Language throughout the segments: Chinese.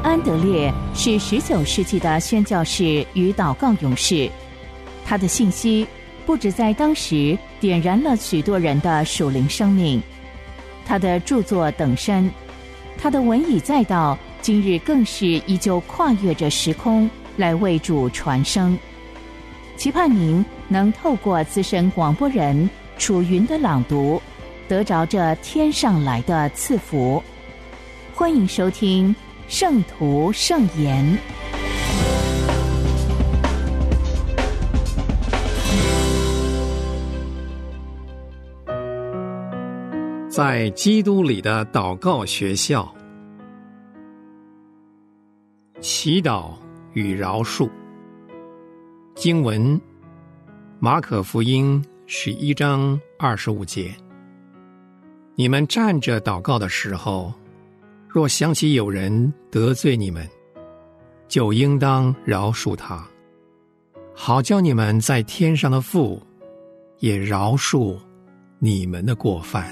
安德烈是19世纪的宣教士与祷告勇士，他的信息不只在当时点燃了许多人的属灵生命，他的著作等身，他的文以载道，今日更是依旧跨越着时空来为主传声。期盼您能透过资深广播人楚云的朗读，得着这天上来的赐福。欢迎收听圣徒圣言。 在基督里的祷告学校，祈祷与饶恕。经文：马可福音11章25节。你们站着祷告的时候，若想起有人得罪你们，就应当饶恕他，好叫你们在天上的父也饶恕你们的过犯。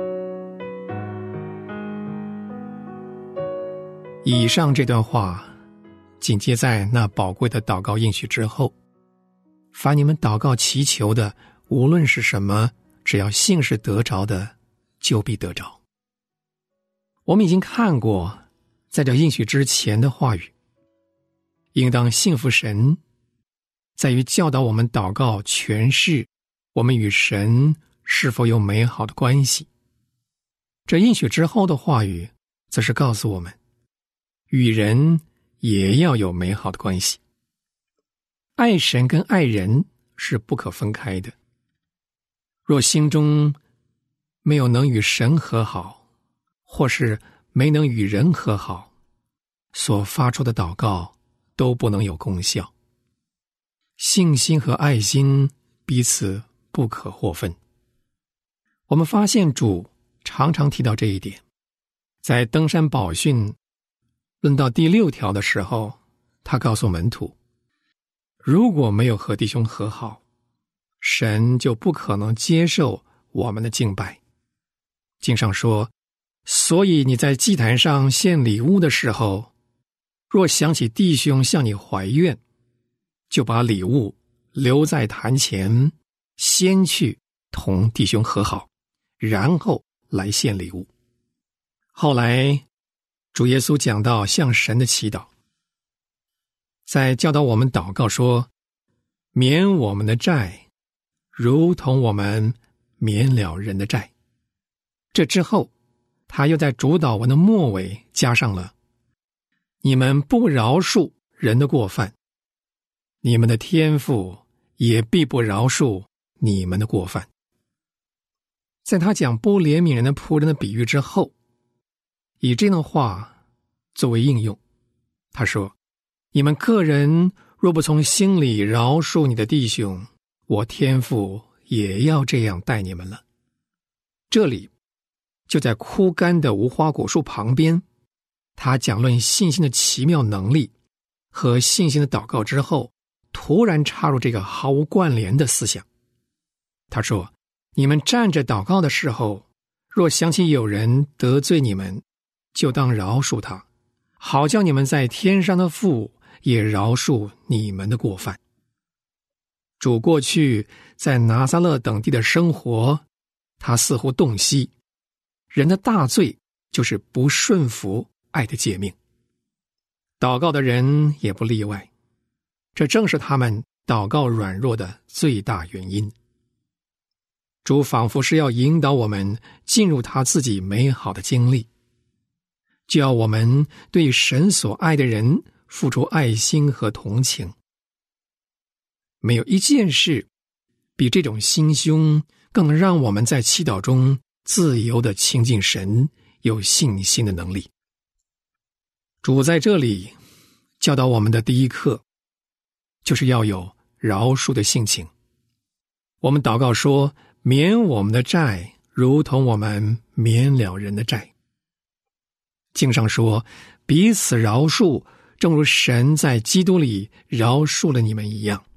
以上这段话紧接在那宝贵的祷告应许之后，凡你们祷告祈求的，无论是什么，只要信是得着的，就必得着。我们已经看过在这应许之前的话语，应当信服神，在于教导我们祷告诠释我们与神是否有美好的关系。这应许之后的话语则是告诉我们，与人也要有美好的关系。爱神跟爱人是不可分开的。若心中没有能与神和好，或是没能与人和好，所发出的祷告都不能有功效。信心和爱心彼此不可或分。我们发现主常常提到这一点，在登山宝训论到第6条的时候，他告诉门徒，如果没有和弟兄和好，神就不可能接受我们的敬拜。经上说，所以你在祭坛上献礼物的时候，若想起弟兄向你怀怨，就把礼物留在坛前，先去同弟兄和好，然后来献礼物。后来主耶稣讲到向神的祈祷，在教导我们祷告说，免我们的债，如同我们免了人的债。这之后他又在主祷文的末尾加上了，你们不饶恕人的过犯，你们的天父也必不饶恕你们的过犯。在他讲不怜悯人的仆人的比喻之后，以这样的话作为应用，他说，你们个人若不从心里饶恕你的弟兄，我天父也要这样待你们了。这里就在枯干的无花果树旁边，他讲论信心的奇妙能力和信心的祷告之后，突然插入这个毫无关联的思想。他说，你们站着祷告的时候，若想起有人得罪你们，就当饶恕他，好叫你们在天上的父也饶恕你们的过犯。主过去在拿撒勒等地的生活，他似乎洞悉人的大罪就是不顺服爱的诫命，祷告的人也不例外，这正是他们祷告软弱的最大原因。主仿佛是要引导我们进入他自己美好的经历，就要我们对神所爱的人付出爱心和同情。没有一件事比这种心胸更能让我们在祈祷中自由地亲近神，有信心的能力。主在这里教导我们的第一课，就是要有饶恕的性情。我们祷告说，免我们的债，如同我们免了人的债。经上说，彼此饶恕，正如神在基督里饶恕了你们一样。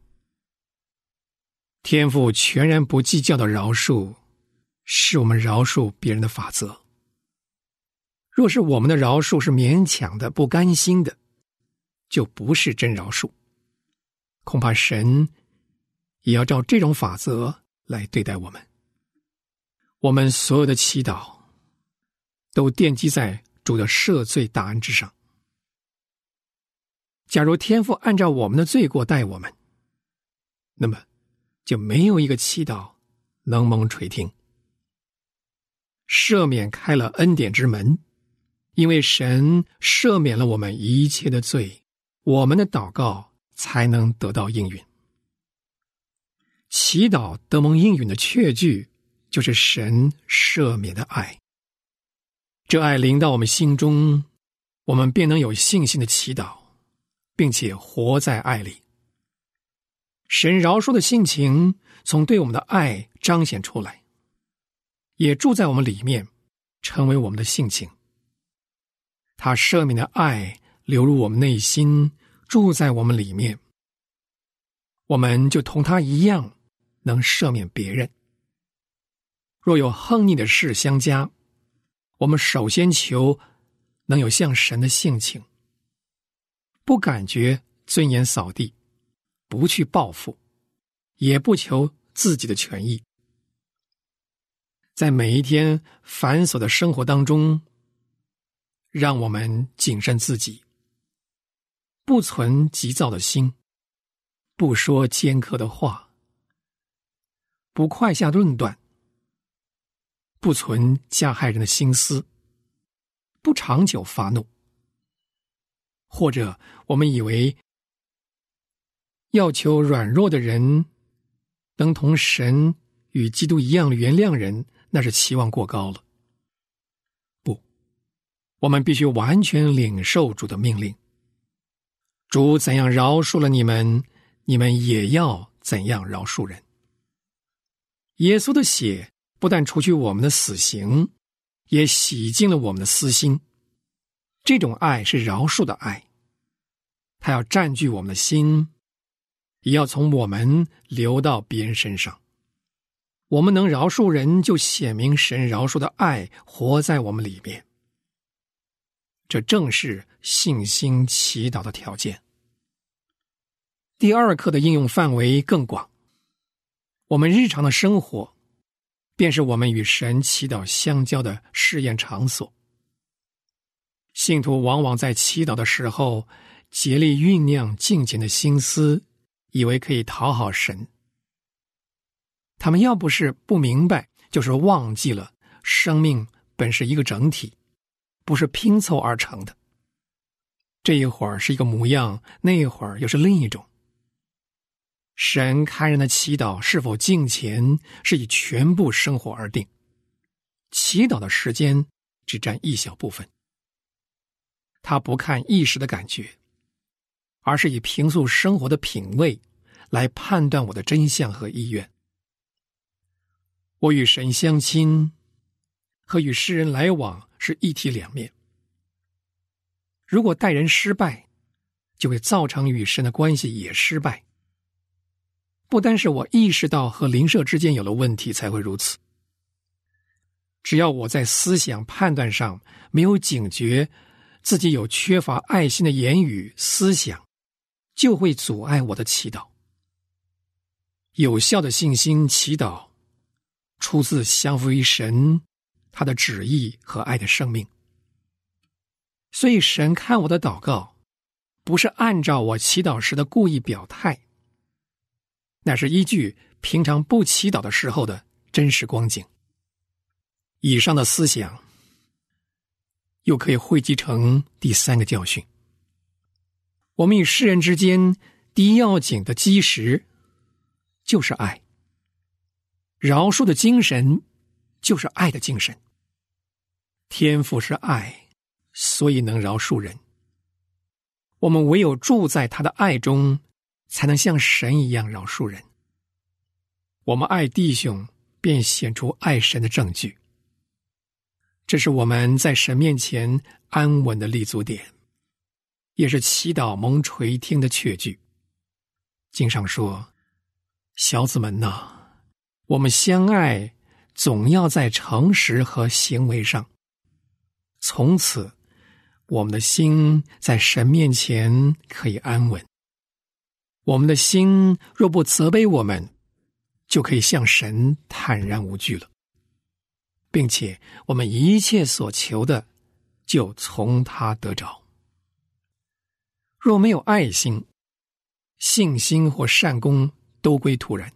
天父全然不计较的饶恕，是我们饶恕别人的法则。 若是我们的饶恕是勉强的、不甘心的，就不是真饶恕。恐怕神也要照这种法则来对待我们。我们所有的祈祷都奠基在主的赦罪大恩之上。假如天父按照我们的罪过待我们，那么就没有一个祈祷能蒙垂听。赦免开了恩典之门，因为神赦免了我们一切的罪，我们的祷告才能得到应允。祈祷得蒙应允的确据，就是神赦免的爱。这爱临到我们心中，我们便能有信心的祈祷，并且活在爱里。神饶恕的性情从对我们的爱彰显出来，也住在我们里面，成为我们的性情。他赦免的爱流入我们内心，住在我们里面，我们就同他一样能赦免别人。若有横逆的事相加，我们首先求能有像神的性情，不感觉尊严扫地，不去报复，也不求自己的权益。在每一天繁琐的生活当中，让我们谨慎自己，不存急躁的心，不说尖刻的话，不快下论断，不存加害人的心思，不长久发怒。或者我们以为要求软弱的人能同神与基督一样原谅人，那是期望过高了。不，我们必须完全领受主的命令。主怎样饶恕了你们，你们也要怎样饶恕人。耶稣的血不但除去我们的死刑，也洗净了我们的私心。这种爱是饶恕的爱，它要占据我们的心，也要从我们流到别人身上。我们能饶恕人，就显明神饶恕的爱活在我们里面。这正是信心祈祷的条件。第二课的应用范围更广，我们日常的生活便是我们与神祈祷相交的试验场所。信徒往往在祈祷的时候竭力酝酿敬虔的心思，以为可以讨好神。他们要不是不明白，就是忘记了生命本是一个整体，不是拼凑而成的。这一会儿是一个模样，那一会儿又是另一种。神看人的祈祷是否敬虔，是以全部生活而定。祈祷的时间只占一小部分。他不看一时的感觉，而是以平素生活的品味来判断我的真相和意愿。我与神相亲和与世人来往是一体两面。如果待人失败，就会造成与神的关系也失败。不单是我意识到和邻舍之间有了问题才会如此，只要我在思想判断上没有警觉，自己有缺乏爱心的言语思想，就会阻碍我的祈祷。有效的信心祈祷出自降服于神他的旨意和爱的生命。所以神看我的祷告不是按照我祈祷时的故意表态，那是依据平常不祈祷的时候的真实光景。以上的思想又可以汇集成第三个教训。我们与世人之间第一要紧的基石就是爱。饶恕的精神就是爱的精神。天父是爱，所以能饶恕人。我们唯有住在他的爱中，才能像神一样饶恕人。我们爱弟兄，便显出爱神的证据。这是我们在神面前安稳的立足点，也是祈祷蒙垂听的确据。经上说，小子们哪，我们相爱总要在诚实和行为上从此我们的心在神面前可以安稳。我们的心若不责备我们，就可以向神坦然无惧了，并且我们一切所求的就从他得着。若没有爱心，信心或善功都归徒然。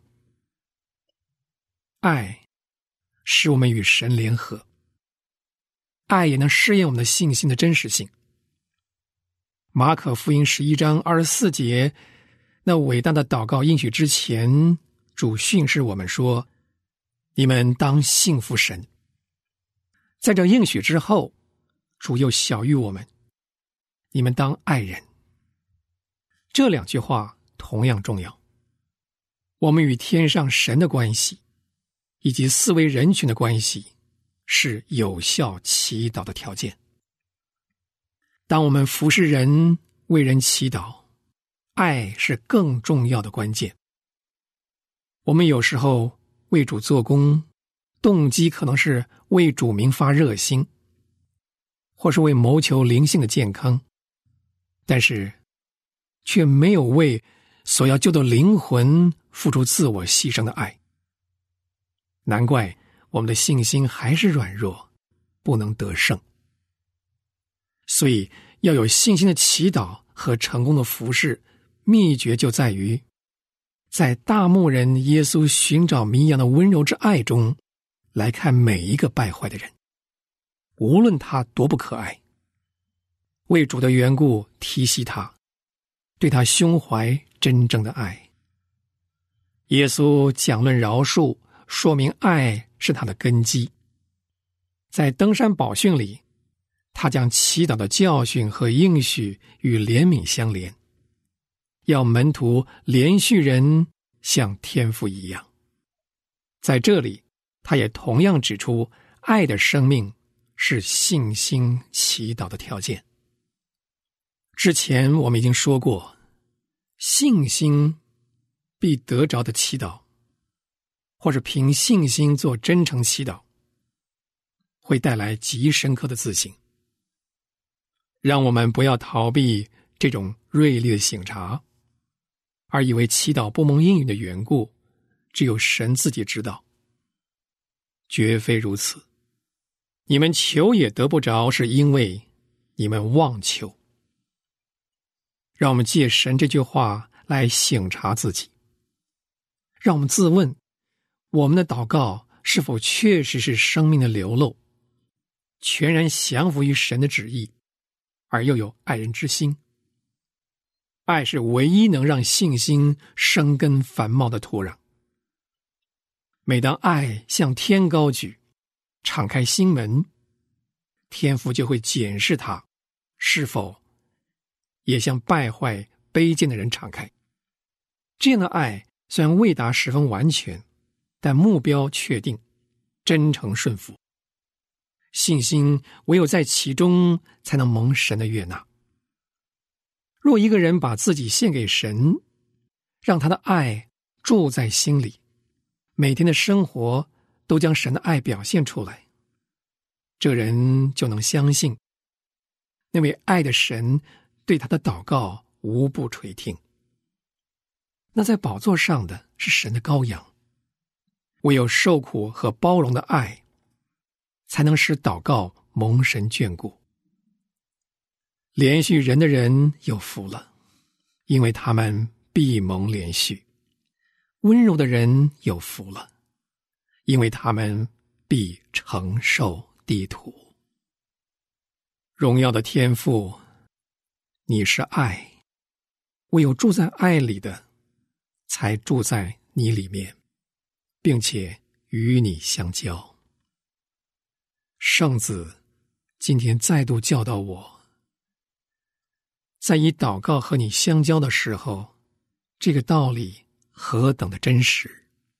爱使我们与神联合，爱也能试验我们的信心的真实性。马可福音11章24节，那伟大的祷告应许之前，主训示我们说，你们当信服神。在这应许之后，主又晓谕我们，你们当爱人。这两句话同样重要。我们与天上神的关系以及四维人群的关系是有效祈祷的条件。当我们服侍人、为人祈祷，爱是更重要的关键。我们有时候为主做工，动机可能是为主名发热心，或是为谋求灵性的健康，但是却没有为所要救的灵魂付出自我牺牲的爱。难怪我们的信心还是软弱，不能得胜。所以要有信心的祈祷和成功的服事，秘诀就在于在大牧人耶稣寻找迷羊的温柔之爱中来看每一个败坏的人，无论他多不可爱，为主的缘故提携他，对他胸怀真正的爱。耶稣讲论饶恕，说明爱是他的根基。在登山宝训里，他将祈祷的教训和应许与怜悯相连，要门徒连续人像天父一样。在这里，他也同样指出，爱的生命是信心祈祷的条件。之前我们已经说过，信心必得着的祈祷，或是凭信心做真诚祈祷，会带来极深刻的自信。让我们不要逃避这种锐利的省察，而以为祈祷不蒙应允的缘故，只有神自己知道。绝非如此。你们求也得不着，是因为你们妄求。让我们借神这句话来省察自己，让我们自问，我们的祷告是否确实是生命的流露，全然降服于神的旨意，而又有爱人之心。爱是唯一能让信心生根繁茂的土壤。每当爱向天高举，敞开心门，天父就会检视他是否也向败坏卑贱的人敞开。这样的爱虽然未达十分完全，但目标确定，真诚顺服。信心唯有在其中才能蒙神的悦纳。若一个人把自己献给神，让他的爱住在心里，每天的生活都将神的爱表现出来，这人就能相信那位爱的神对他的祷告无不垂听。那在宝座上的是神的羔羊，唯有受苦和包容的爱才能使祷告蒙神眷顾。连续人的人有福了，因为他们必蒙连续。温柔的人有福了，因为他们必承受地土。荣耀的天父，你是爱，唯有住在爱里的，才住在你里面，并且与你相交。圣子今天再度教导我，在以祷告和你相交的时候，这个道理何等的真实。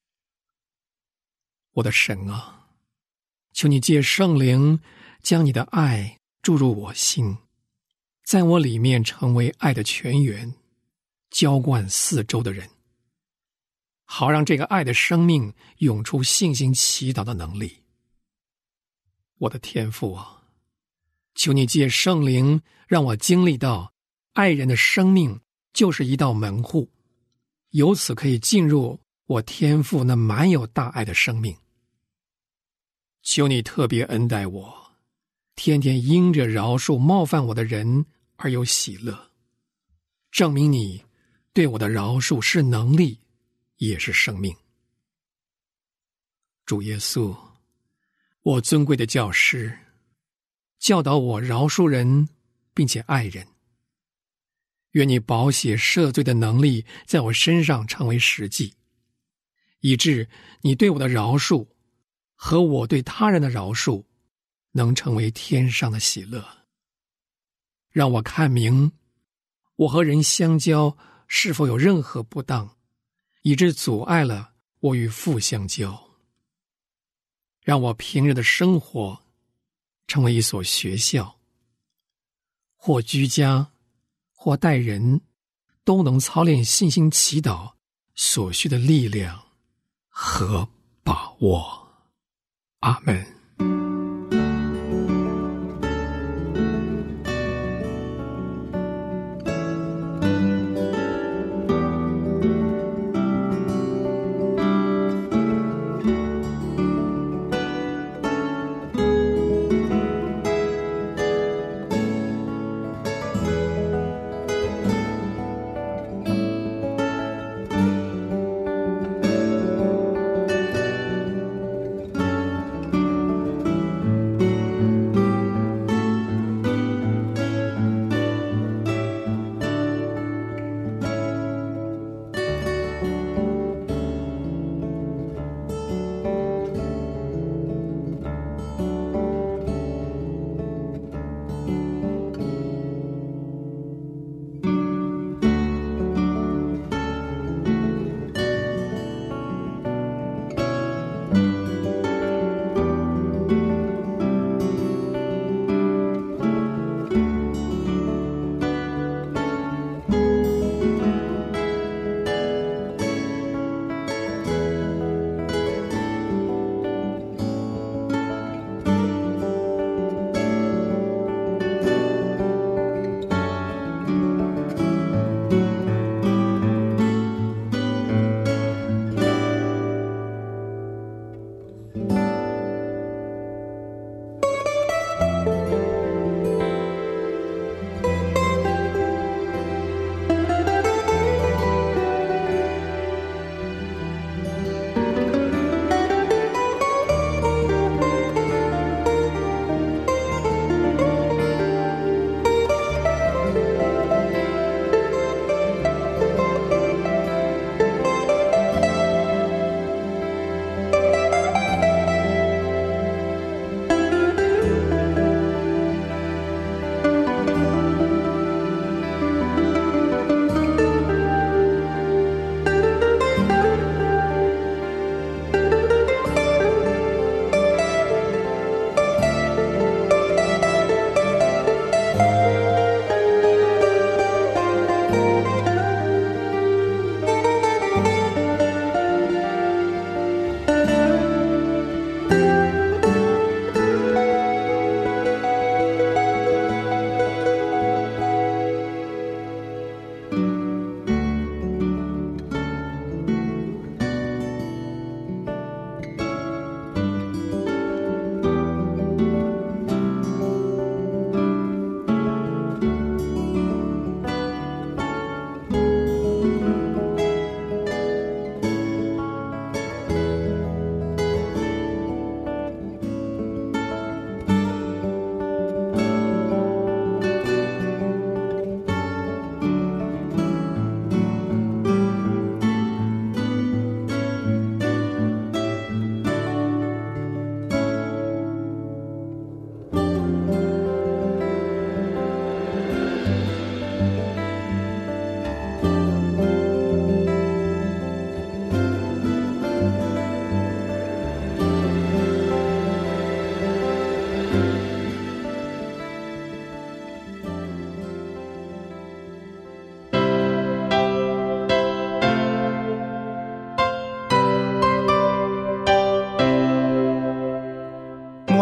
我的神啊，求你借圣灵将你的爱注入我心，在我里面成为爱的泉源，浇灌四周的人，好让这个爱的生命涌出信心祈祷的能力。我的天父啊， 求你借圣灵让我经历到爱人的生命就是一道门户，由此可以进入我天父那满有大爱的生命。求你特别恩待我，天天因着饶恕冒犯我的人而有喜乐，证明你对我的饶恕是能力，也是生命。主耶稣，我尊贵的教师，教导我饶恕人并且爱人。愿你宝血赦罪的能力在我身上成为实际，以致你对我的饶恕和我对他人的饶恕能成为天上的喜乐。让我看明我和人相交是否有任何不当，以致阻碍了我与父相交。让我平日的生活成为一所学校，或居家或待人，都能操练信心祈祷所需的力量和把握。阿们。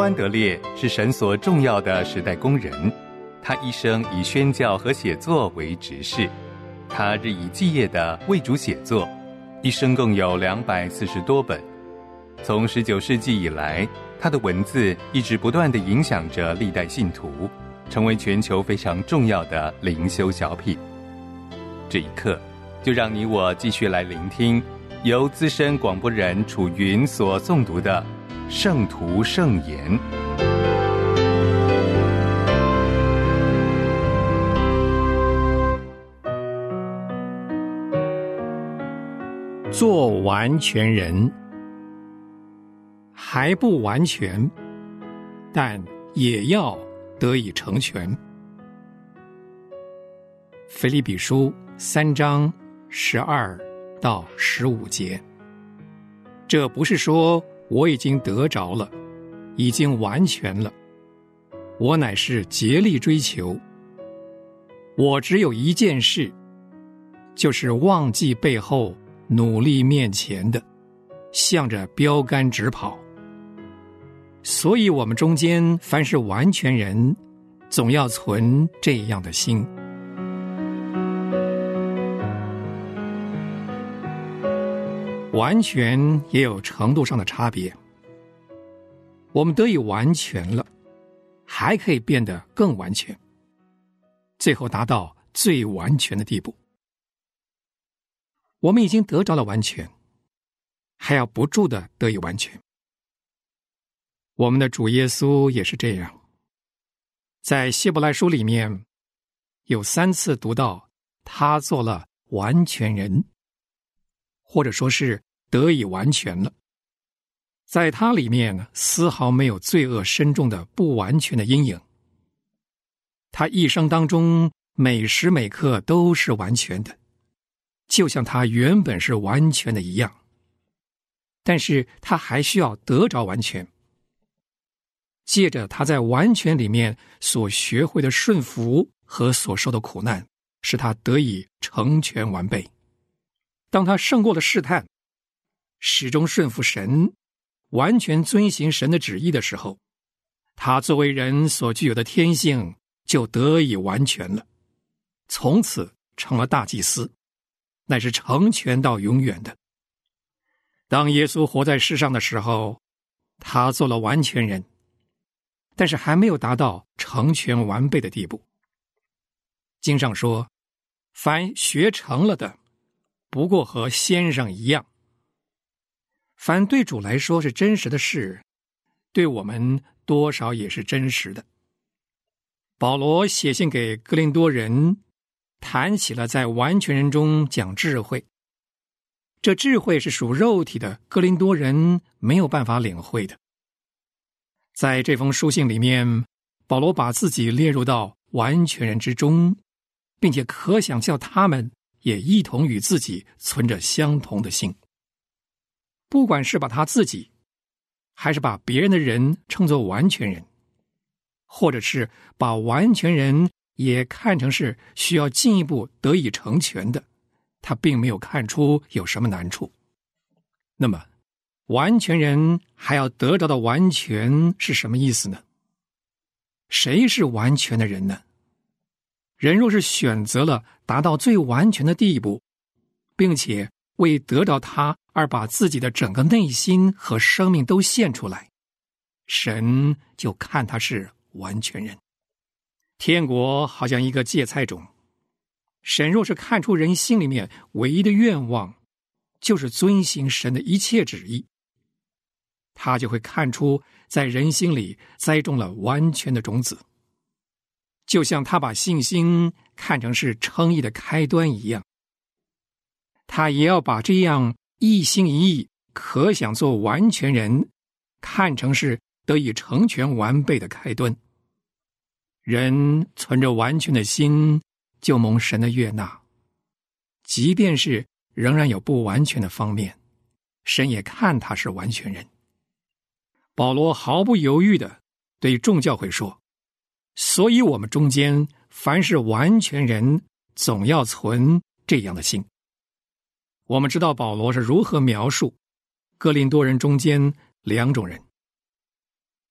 安德烈是神所重要的时代工人，他一生以宣教和写作为职事，他日以继夜地为主写作，一生共有240多本。从19世纪以来，他的文字一直不断地影响着历代信徒，成为全球非常重要的灵修小品。这一刻，就让你我继续来聆听由资深广播人楚云所诵读的《圣徒圣言》。 做完全人，还不完全，但也要得以成全。腓立比书3章12到15节，这不是说我已经得着了，已经完全了，我乃是竭力追求。我只有一件事，就是忘记背后，努力面前的，向着标杆直跑。所以我们中间凡是完全人，总要存这样的心。完全也有程度上的差别，我们得以完全了，还可以变得更完全，最后达到最完全的地步。我们已经得着了完全，还要不住的得以完全。我们的主耶稣也是这样，在希伯来书里面有3次读到他做了完全人，或者说是得以完全了。在他里面丝毫没有罪恶深重的不完全的阴影，他一生当中每时每刻都是完全的，就像他原本是完全的一样，但是他还需要得着完全。借着他在完全里面所学会的顺服和所受的苦难，使他得以成全完备。当他胜过了试探，始终顺服神，完全遵行神的旨意的时候，他作为人所具有的天性就得以完全了，从此成了大祭司，乃是成全到永远的。当耶稣活在世上的时候，他做了完全人，但是还没有达到成全完备的地步。经上说，凡学成了的，不过和先生一样。凡对主来说是真实的事，对我们多少也是真实的。保罗写信给哥林多人，谈起了在完全人中讲智慧。这智慧是属肉体的，哥林多人没有办法领会的。在这封书信里面，保罗把自己列入到完全人之中，并且可想叫他们也一同与自己存着相同的心。不管是把他自己，还是把别人的人称作完全人，或者是把完全人也看成是需要进一步得以成全的，他并没有看出有什么难处。那么完全人还要得着的完全是什么意思呢？谁是完全的人呢？人若是选择了达到最完全的地步，并且为得到他而把自己的整个内心和生命都献出来，神就看他是完全人。天国好像一个芥菜种，神若是看出人心里面唯一的愿望就是遵行神的一切旨意，他就会看出在人心里栽种了完全的种子，就像他把信心看成是称义的开端一样，他也要把这样一心一意可想做完全人看成是得以成全完备的开端。人存着完全的心，就蒙神的悦纳，即便是仍然有不完全的方面，神也看他是完全人。保罗毫不犹豫地对众教会说，所以我们中间凡是完全人，总要存这样的心。我们知道保罗是如何描述哥林多人中间2种人，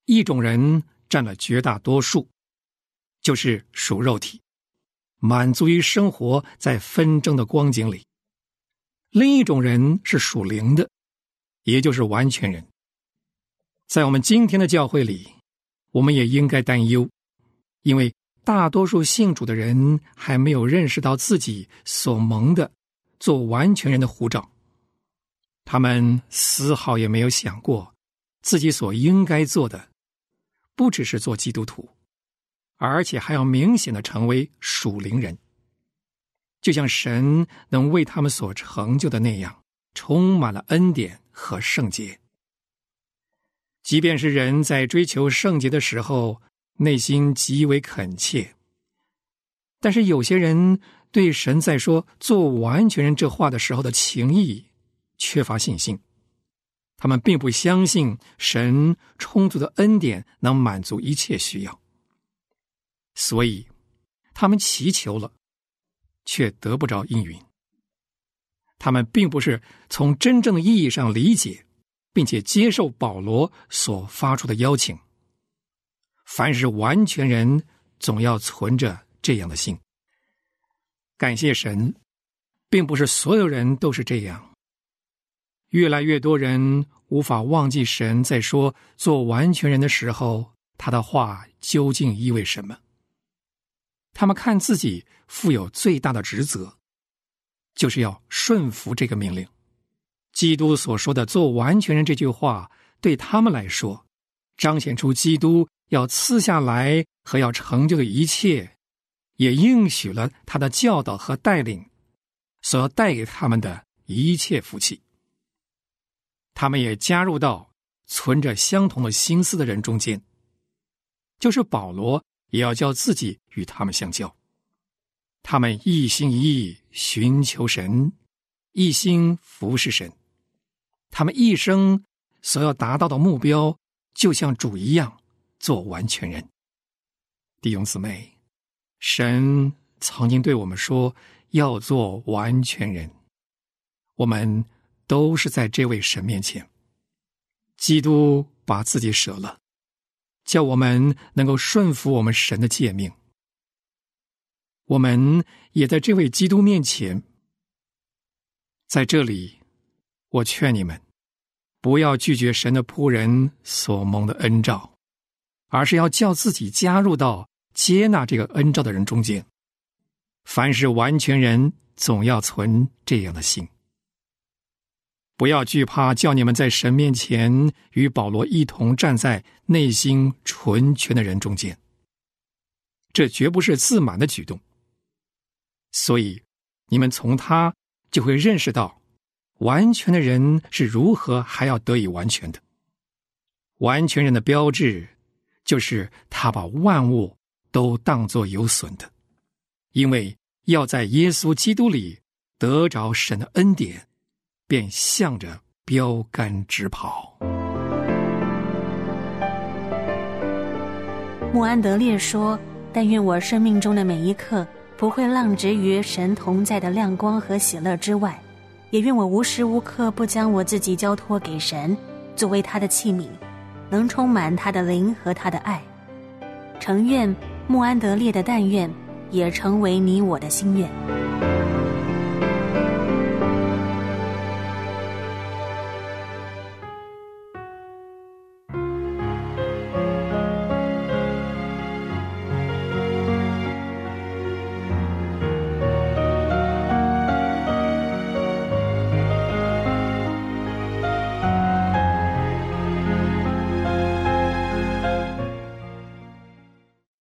一种人占了绝大多数，就是属肉体，满足于生活在纷争的光景里；另一种人是属灵的，也就是完全人。在我们今天的教会里，我们也应该担忧，因为大多数信主的人还没有认识到自己所蒙的做完全人的呼召，他们丝毫也没有想过自己所应该做的不只是做基督徒，而且还要明显的成为属灵人，就像神能为他们所成就的那样，充满了恩典和圣洁。即便是人在追求圣洁的时候内心极为恳切，但是有些人对神在说做完全人这话的时候的情意缺乏信心，他们并不相信神充足的恩典能满足一切需要，所以他们祈求了，却得不着应允。他们并不是从真正的意义上理解并且接受保罗所发出的邀请。凡是完全人总要存着这样的心。感谢神，并不是所有人都是这样。越来越多人无法忘记神在说做完全人的时候，他的话究竟意味什么。他们看自己负有最大的职责，就是要顺服这个命令。基督所说的做完全人这句话，对他们来说，彰显出基督要赐下来和要成就的一切，也应许了他的教导和带领所要带给他们的一切福气。他们也加入到存着相同的心思的人中间，就是保罗也要叫自己与他们相交。他们一心一意寻求神，一心服侍神。他们一生所要达到的目标，就像主一样，做完全人。弟兄姊妹，神曾经对我们说要做完全人，我们都是在这位神面前。基督把自己舍了，叫我们能够顺服我们神的诫命。我们也在这位基督面前。在这里，我劝你们不要拒绝神的仆人所蒙的恩召，而是要叫自己加入到接纳这个恩召的人中间。凡是完全人总要存这样的心。不要惧怕叫你们在神面前与保罗一同站在内心纯全的人中间，这绝不是自满的举动。所以你们从他就会认识到完全的人是如何还要得以完全的。完全人的标志就是他把万物都当作有损的，因为要在耶稣基督里得着神的恩典，便向着标杆直跑。 穆安德烈说，但愿我生命中的每一刻不会浪掷于神同在的亮光和喜乐之外，也愿我无时无刻不将我自己交托给神，作为他的器皿，能充满他的灵和他的爱。诚愿穆安德烈的但愿也成为你我的心愿。